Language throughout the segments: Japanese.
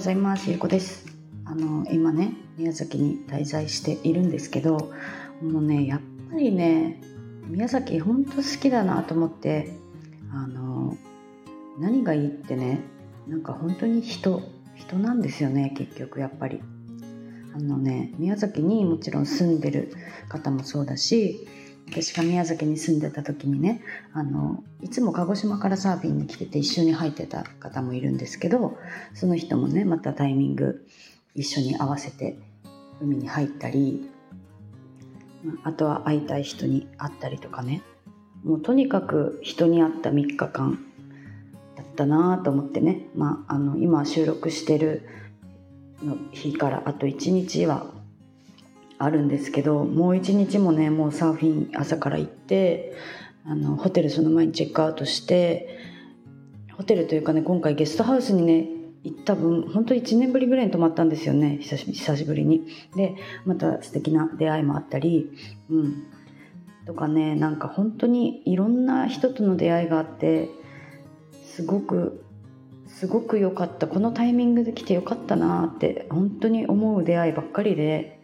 ございます。ゆうこです。今ね、宮崎に滞在しているんですけど、もうね、やっぱりね、宮崎本当好きだなと思って、何がいいってね、なんか本当に人なんですよね、結局やっぱり。宮崎にもちろん住んでる方もそうだし、私が宮崎に住んでた時にね、いつも鹿児島からサーフィンに来てて一緒に入ってた方もいるんですけど、その人もねまたタイミング一緒に合わせて海に入ったり、あとは会いたい人に会ったりとかね、もうとにかく人に会った3日間だったなと思ってね、今収録してるの日からあと1日はあるんですけど、もう1日もね、もうサーフィン朝から行って、ホテルその前にチェックアウトして、ホテルというかね、今回ゲストハウスにね行った分、本当に1年ぶりぐらいに泊まったんですよね、久しぶりに。でまた素敵な出会いもあったり、とかね、なんか本当にいろんな人との出会いがあって、すごく良かった。このタイミングで来て良かったなって本当に思う出会いばっかりで、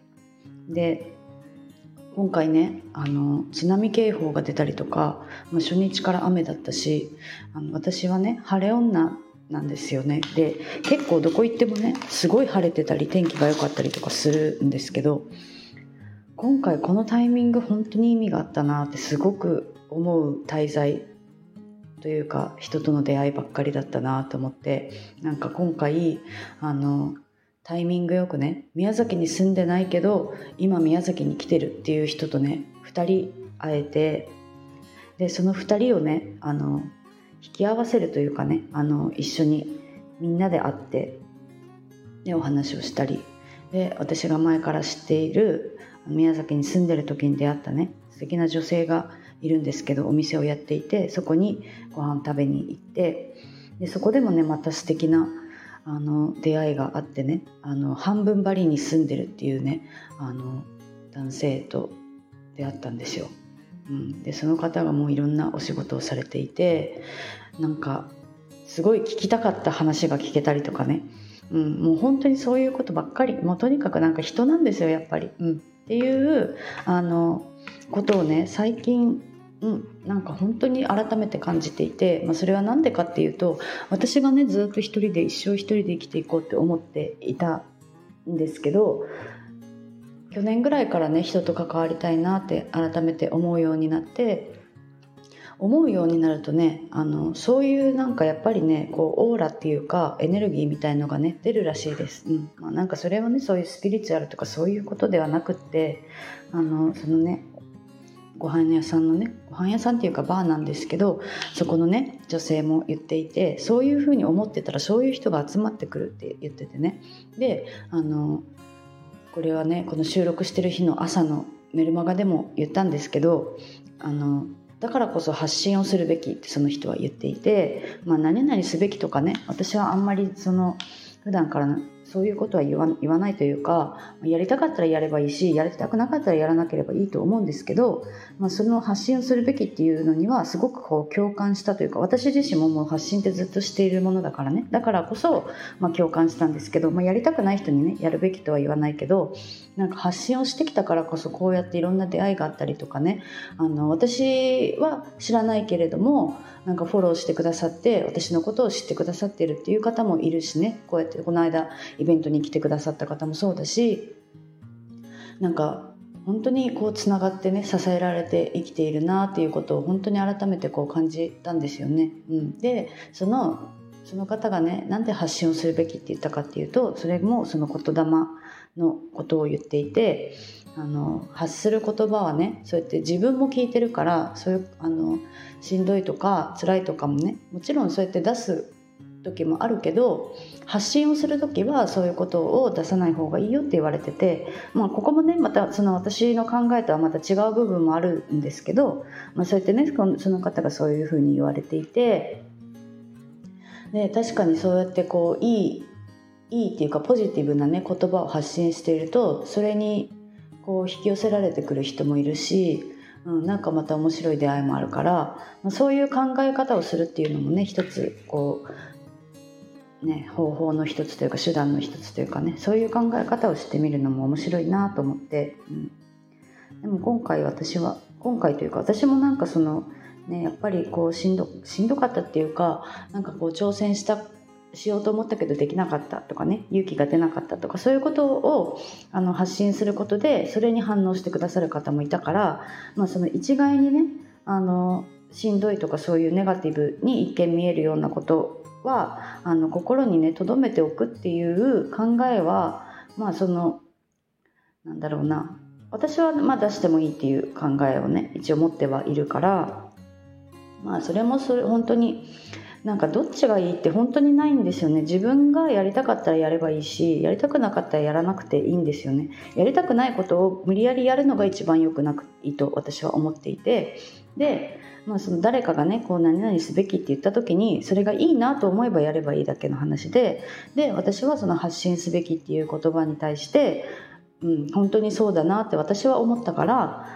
今回ね、津波警報が出たりとか、初日から雨だったし、私はね晴れ女なんですよね。で結構どこ行ってもねすごい晴れてたり天気が良かったりとかするんですけど、今回このタイミング本当に意味があったなってすごく思う滞在というか、人との出会いばっかりだったなと思って、なんか今回タイミングよくね、宮崎に住んでないけど今宮崎に来てるっていう人とね2人会えて、でその2人をね引き合わせるというかね、一緒にみんなで会ってでお話をしたり、で私が前から知っている宮崎に住んでる時に出会ったね素敵な女性がいるんですけど、お店をやっていて、そこにご飯食べに行って、でそこでもねまた素敵な出会いがあってね、半分バリに住んでるっていうね男性と出会ったんですよ。でその方がもういろんなお仕事をされていて、なんかすごい聞きたかった話が聞けたりとかね、もう本当にそういうことばっかり、もうとにかくなんか人なんですよやっぱり、っていうことをね最近なんか本当に改めて感じていて、それは何でかっていうと、私がねずっと一生一人で生きていこうって思っていたんですけど、去年ぐらいからね人と関わりたいなって改めて思うようになって、思うようになるとね、そういうなんかやっぱりねこうオーラっていうかエネルギーみたいのがね出るらしいです。なんかそれはねそういうスピリチュアルとかそういうことではなくって、そのねご飯屋さんっていうかバーなんですけど、そこのね女性も言っていて、そういうふうに思ってたらそういう人が集まってくるって言っててね。でこれはねこの収録してる日の朝のメルマガでも言ったんですけど、だからこそ発信をするべきってその人は言っていて、何々すべきとかね、私はあんまり普段からそういうことは言わないというか、やりたかったらやればいいし、やりたくなかったらやらなければいいと思うんですけど、その発信をするべきっていうのにはすごくこう共感したというか、私自身ももう発信ってずっとしているものだからね、だからこそ共感したんですけど、やりたくない人にねやるべきとは言わないけど、なんか発信をしてきたからこそこうやっていろんな出会いがあったりとかね、私は知らないけれどもなんかフォローしてくださって私のことを知ってくださっているっていう方もいるしね、こうやってこの間イベントに来てくださった方もそうだし、なんか本当にこうつながってね支えられて生きているなっていうことを本当に改めてこう感じたんですよね。でその方がねなんで発信をするべきって言ったかっていうと、それもその言霊のことを言っていて、発する言葉はねそうやって自分も聞いてるから、そういうしんどいとか辛いとかもねもちろんそうやって出す時もあるけど、発信をする時はそういうことを出さない方がいいよって言われてて、ここもねまたその私の考えとはまた違う部分もあるんですけど、そうやってねその方がそういうふうに言われていて、で確かにそうやってこういいっていうかポジティブなね言葉を発信していると、それにこう引き寄せられてくる人もいるし、なんかまた面白い出会いもあるから、そういう考え方をするっていうのもね一つこう方法の一つというか手段の一つというかね、そういう考え方をしてみるのも面白いなと思って、でも今回というか私もなんかやっぱりこうしんどかったっていうか、なんかこう挑戦しようと思ったけどできなかったとかね、勇気が出なかったとか、そういうことを発信することでそれに反応してくださる方もいたから、その一概にねしんどいとかそういうネガティブに一見見えるようなことは心にね留めておくっていう考えはなんだろうな、私は出してもいいっていう考えをね一応持ってはいるから、それも本当になんかどっちがいいって本当にないんですよね。自分がやりたかったらやればいいし、やりたくなかったらやらなくていいんですよね。やりたくないことを無理やりやるのが一番良くないと私は思っていて、で、その誰かがねこう何々すべきって言った時にそれがいいなと思えばやればいいだけの話で、私はその発信すべきっていう言葉に対して本当にそうだなって私は思ったから、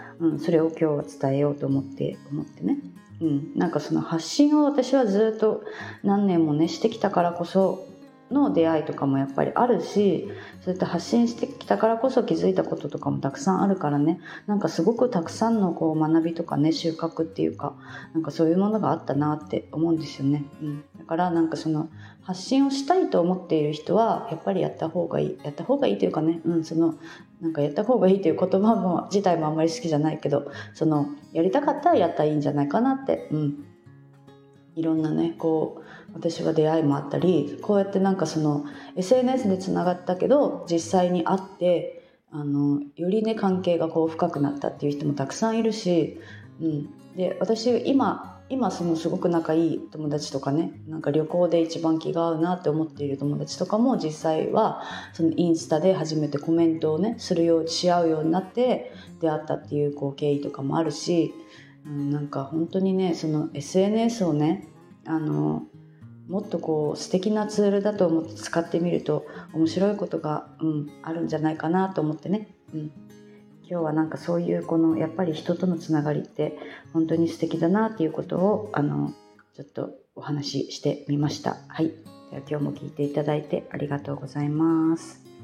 それを今日は伝えようと思ってね、なんかその発信を私はずっと何年もねしてきたからこその出会いとかもやっぱりあるし、そうやって発信してきたからこそ気づいたこととかもたくさんあるからね、なんかすごくたくさんのこう学びとかね収穫っていうか、なんかそういうものがあったなって思うんですよね。だからなんかその発信をしたいと思っている人はやっぱりやった方がいいというかね、なんかやった方がいいという言葉自体もあんまり好きじゃないけど、やりたかったらやったらいいんじゃないかなって、いろんなねこう私は出会いもあったり、こうやってなんかSNS でつながったけど実際に会ってよりね関係がこう深くなったっていう人もたくさんいるし、で私今すごく仲いい友達とかね、なんか旅行で一番気が合うなって思っている友達とかも実際はそのインスタで初めてコメントをねし合うようになって出会ったっていうこう経緯とかもあるし、なんか本当にねその SNS をねもっとこう素敵なツールだと思って使ってみると面白いことが、あるんじゃないかなと思ってね、今日はなんかそういうやっぱり人とのつながりって本当に素敵だなっていうことをちょっとお話ししてみました。はい、では今日も聞いていただいてありがとうございます。